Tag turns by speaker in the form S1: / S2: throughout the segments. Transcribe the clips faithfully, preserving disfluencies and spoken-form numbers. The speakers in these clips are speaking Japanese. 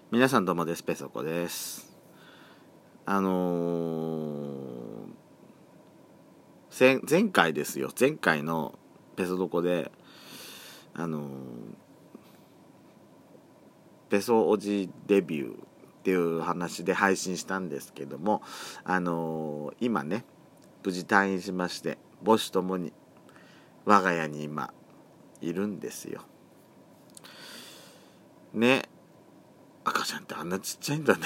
S1: 皆さんどうもです。ペソコです。あのー、前回ですよ前回のペソドコであのー、ペソおじデビューっていう話で配信したんですけども、あのー、今ね無事退院しまして、母子ともに我が家に今いるんですよね。赤ちゃんってあんなちっちゃいんだね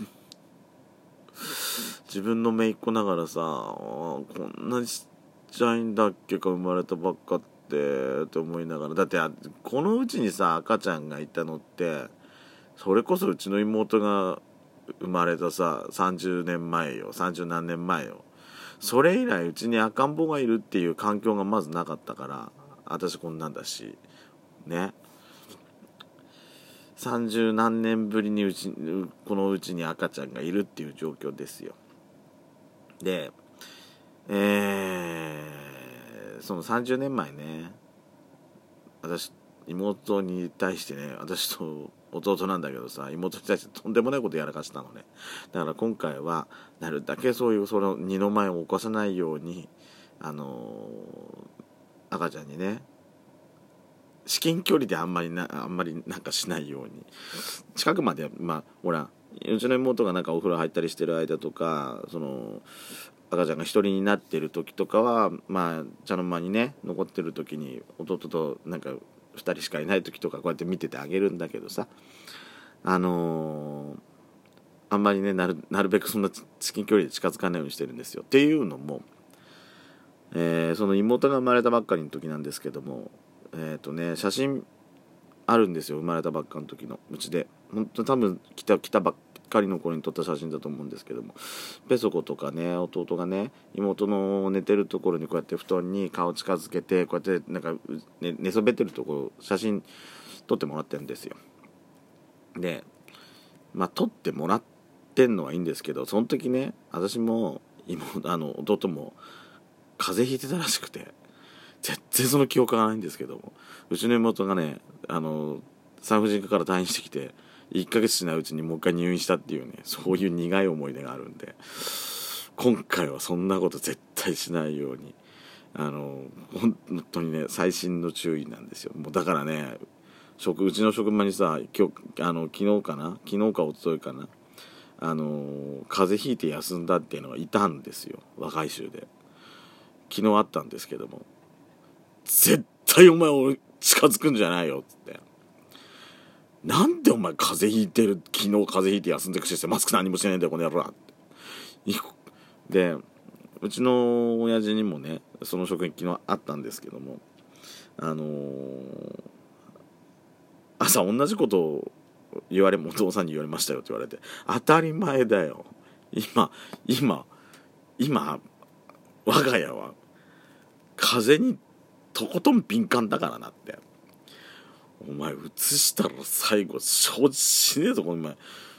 S1: 自分の姪っ子ながらさ、こんなにちっちゃいんだっけか、生まれたばっかってって思いながら、だってこのうちにさ赤ちゃんがいたのってそれこそうちの妹が生まれたささんじゅうねんまえよ。さんじゅう何年前よ。それ以来うちに赤ん坊がいるっていう環境がまずなかったから、私こんなんだしね。さんじゅう何年ぶりにうちこのうちに赤ちゃんがいるっていう状況ですよ。で、えー、そのさんじゅうねんまえね、私妹に対してね、私と弟なんだけどさ、妹に対してとんでもないことやらかしたのね。だから今回はなるだけそういうその二の舞を起こさないように、あのー、赤ちゃんにね至近距離であんまりなあんまりなんかしないように、近くまで、まあほらうちの妹がなんかお風呂入ったりしてる間とか、その赤ちゃんが一人になってる時とかは、まあ茶の間にね残ってる時に弟となんかふたりしかいない時とかこうやって見ててあげるんだけどさ、あのー、あんまりねなるなるべくそんな至近距離で近づかないようにしてるんですよ。っていうのも、えー、その妹が生まれたばっかりの時なんですけども、えっとね写真あるんですよ。生まれたばっかの時のうちで、本当多分来た来たばっかりの頃に撮った写真だと思うんですけども、ペソコとかね弟がね妹の寝てるところにこうやって布団に顔近づけてこうやってなんか、ね、寝そべってるところ写真撮ってもらってるんですよ。でまあ撮ってもらってんのはいいんですけど、その時ね私も妹あの弟も風邪ひいてたらしくて、全然その記憶がないんですけども、うちの妹がねあの産婦人科から退院してきていっかげつしないうちにもう一回入院したっていうね、そういう苦い思い出があるんで、今回はそんなこと絶対しないように、あの本当にね細心の注意なんですよ。もうだからね、職うちの職場にさ今日あの昨日かな昨日か一昨日かな、あの風邪ひいて休んだっていうのがいたんですよ、若い衆で。昨日あったんですけども、絶対お前俺近づくんじゃないよっつって、なんでお前風邪ひいてる、昨日風邪ひいて休んでくししてマスク何もしてないんだよこの野郎ってで、うちの親父にもねその職員昨日あったんですけども、あのー、朝同じことを言われ、お父さんに言われましたよって言われて、当たり前だよ、今今今我が家は風邪にとことん敏感だからなって、お前移したら最後承知しねえぞこの前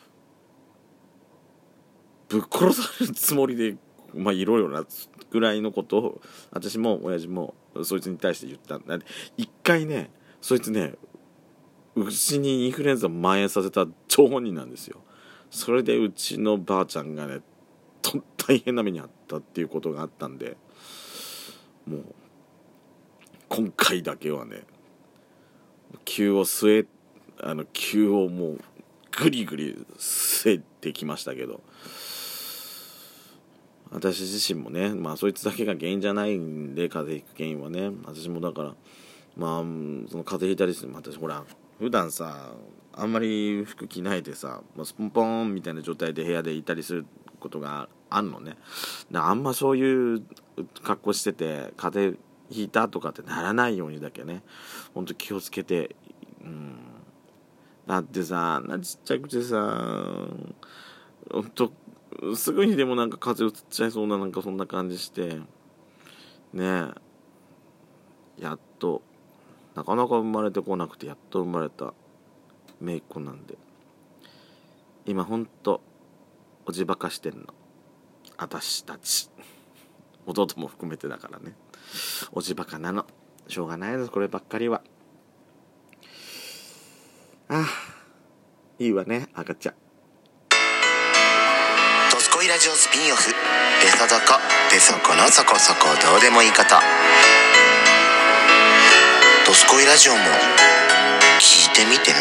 S1: ぶっ殺されるつもりでまあいろいろなぐらいのことを私も親父もそいつに対して言ったんだ。一回ねそいつねうちにインフルエンザを蔓延させた張本人なんですよ。それでうちのばあちゃんがねと大変な目にあったっていうことがあったんで、もう今回だけはね急を据えあの急をもうグリグリ据えてきましたけど、私自身もねまあそいつだけが原因じゃないんで、風邪ひく原因はね私もだからまあその風邪ひいたりする、私ほら普段さあんまり服着ないでさ、まあ、スポンポーンみたいな状態で部屋でいたりすることがあんのね。あんまそういう格好してて風邪ひいたとかってならないようにだけねほんと気をつけて、うん、だってさあんなちっちゃくてさほんとすぐにでもなんか風邪うつっちゃいそうな、なんかそんな感じしてねえ、やっとなかなか生まれてこなくてやっと生まれた姪っ子なんで、今ほんとおじばかしてんの私たち、弟も含めてだからね、おじばかなの、しょうがないですこればっかりは。ああいいわね赤ちゃん。
S2: ドスコイラジオスピンオフ、ペソドコペソコのそこそこどうでもいいこと。ドスコイラジオも聞いてみてね。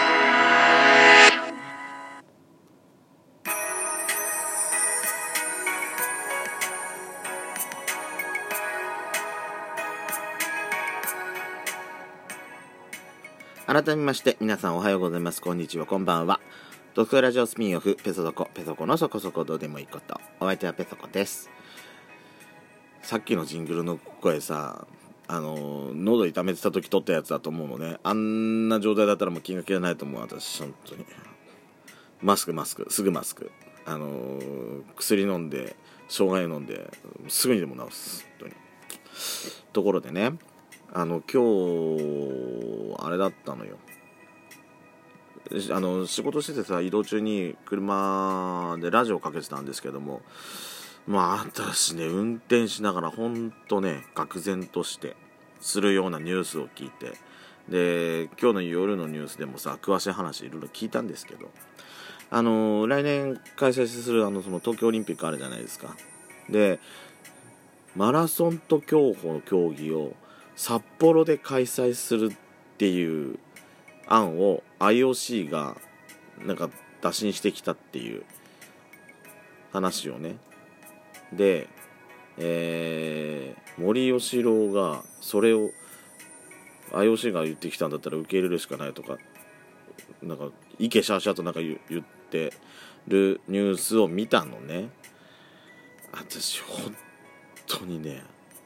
S1: 改めまして皆さんおはようございます、こんにちは、こんばんは。ドスコイラジオスピンオフ、ペソドコペソコのそこそこどうでもいいこと。お相手はペソコです。さっきのジングルの声さ、あの喉痛めてた時撮ったやつだと思うのね。あんな状態だったらもう気が気がないと思う私。本当にマスクマスクすぐマスク、あのー、薬飲んで生姜湯飲んですぐにでも治す。本当に。ところでね、あの今日あれだったのよ。あの仕事しててさ、移動中に車でラジオかけてたんですけども、まあ私ね運転しながらほんとね愕然としてするようなニュースを聞いて、で今日の夜のニュースでもさ詳しい話いろいろ聞いたんですけど、あの来年開催するあのその東京オリンピックあるじゃないですか。でマラソンと競歩の競技を札幌で開催するっていう案を アイオーシー がなんか打診してきたっていう話をね。で、えー、森喜朗がそれを アイオーシー が言ってきたんだったら受け入れるしかないとか、なんかイケシャーシャーとなんか 言, 言ってるニュースを見たのね。私本当にね、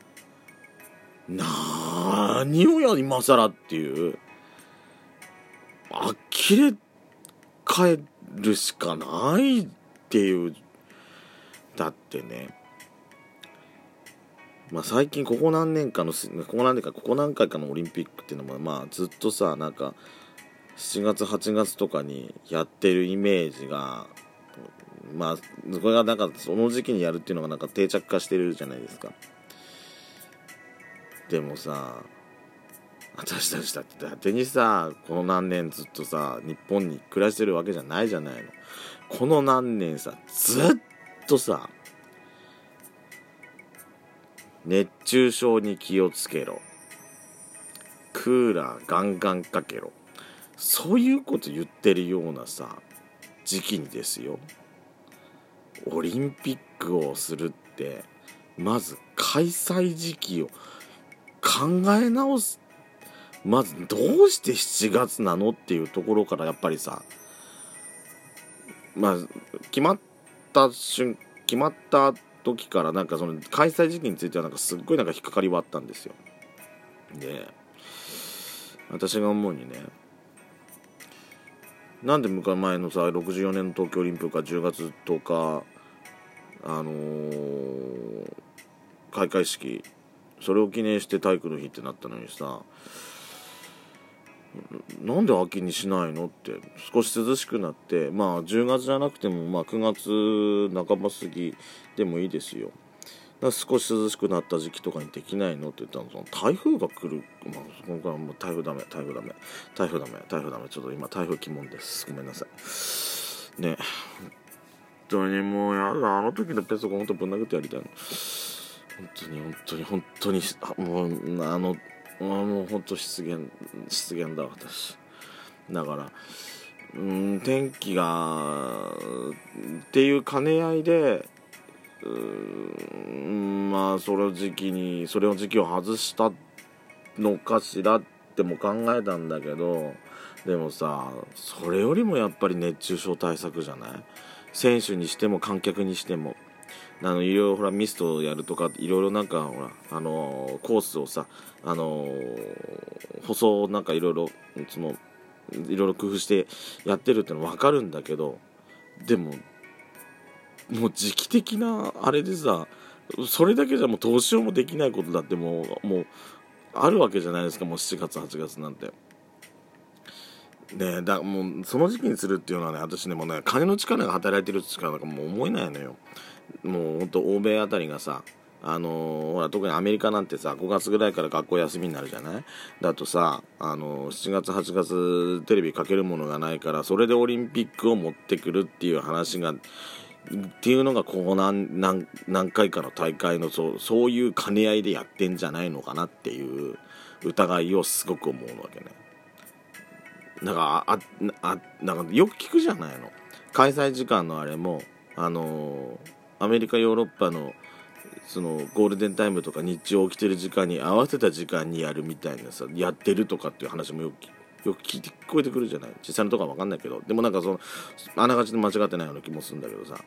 S1: なーにをや今更っていう、呆れ返るしかないっていう。だってね、まあ最近ここ何年かのここ何年かここ何回かのオリンピックっていうのもまあずっとさ、なんかしちがつはちがつとかにやってるイメージが、まあこれがなんかその時期にやるっていうのがなんか定着化してるじゃないですか。でもさ、私たちだってだてにさ、この何年ずっとさ日本に暮らしてるわけじゃないじゃないの。この何年さずっとさ、熱中症に気をつけろ、クーラーガンガンかけろ、そういうこと言ってるようなさ時期にですよ、オリンピックをするってまず開催時期を考え直す。まずどうしてしちがつなのっていうところからやっぱりさ、まあ決まった瞬決まった時からなんかその開催時期についてはなんかすっごいなんか引っかかりはあったんですよ。で私が思うにね、なんで前のさろくじゅうよねんの東京オリンピックがじゅうがつとおかあのー、開会式それを記念して体育の日ってなったのにさ、なんで秋にしないのって。少し涼しくなって、まあじゅうがつじゃなくてもまあくがつなかば過ぎでもいいですよ。だから少し涼しくなった時期とかにできないのって言ったの。その台風が来る、まあ今回はもう台風ダメ台風ダメ台風ダメ台風ダメちょっと今台風鬼門です、ごめんなさいね。本当にもうやだ、あの時のペソコ本当ぶん殴ってやりたいの。本当に本当に本当にもうあのもう本当失言失言だ私。だからうーん天気がっていう兼ね合いで、うーんまあそれを時期にそれを時期を外したのかしらっても考えたんだけど、でもさそれよりもやっぱり熱中症対策じゃない。選手にしても観客にしても。あのいろいろほらミストをやるとかいろいろなんかほらあのー、コースをさあのー、舗装なんかいろいろそのいろいろ工夫してやってるっての分かるんだけど、でももう時期的なあれでさそれだけじゃもうどうしようもできないことだってもうもうあるわけじゃないですか。もうしちがつはちがつなんてね。だもうその時期にするっていうのはね、私ねもうね金の力が働いてるしかなんかもう思えないのよ。もうほんと欧米あたりがさあのー、ほら特にアメリカなんてさごがつぐらいから学校休みになるじゃない。だとさ、あのー、しちがつはちがつテレビかけるものがないから、それでオリンピックを持ってくるっていう話がっていうのがこう 何, 何, 何回かの大会のそうそういう兼ね合いでやってんじゃないのかなっていう疑いをすごく思うわけね。だからああなんかよく聞くじゃないの、開催時間のあれもあのー、アメリカヨーロッパのそのゴールデンタイムとか日中起きてる時間に合わせた時間にやるみたいなさ、やってるとかっていう話もよくよく聞いて聞こえてくるじゃない。実際のとこは分かんないけど、でもなんかそのあながちで間違ってないような気もするんだけどさ、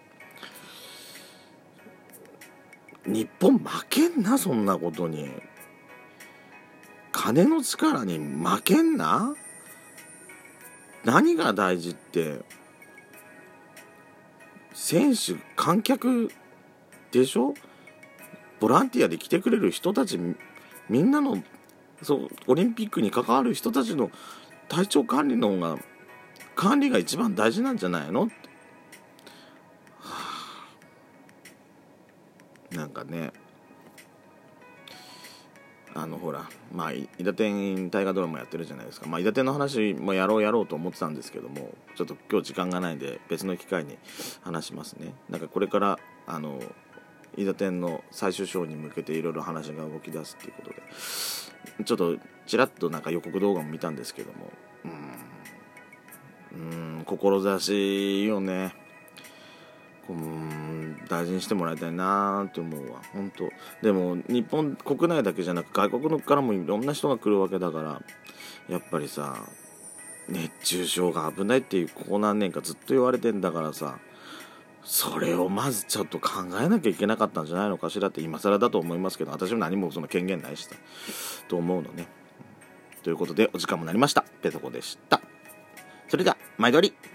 S1: 日本負けんな、そんなことに。金の力に負けんな。何が大事って選手観客でしょ。ボランティアで来てくれる人たち、みんなのそうオリンピックに関わる人たちの体調管理の方が管理が一番大事なんじゃないのって、はあ、なんかね、あのほらまあ伊達天大河ドラマやってるじゃないですか。まあ伊達天の話もやろうやろうと思ってたんですけども、ちょっと今日時間がないんで別の機会に話しますね。なんかこれからあの伊達天の最終章に向けていろいろ話が動き出すっていうことで、ちょっとちらっとなんか予告動画も見たんですけども、うーんうーん志よね。うーん大事にしてもらいたいなって思うわ、本当。でも日本国内だけじゃなく外国のからもいろんな人が来るわけだから、やっぱりさ熱中症が危ないっていうここ何年かずっと言われてんだからさ、それをまずちょっと考えなきゃいけなかったんじゃないのかしらって今更だと思いますけど、私も何もその権限ないしさと思うのね。ということでお時間もなりました。ペソコでした。それでは毎度あり。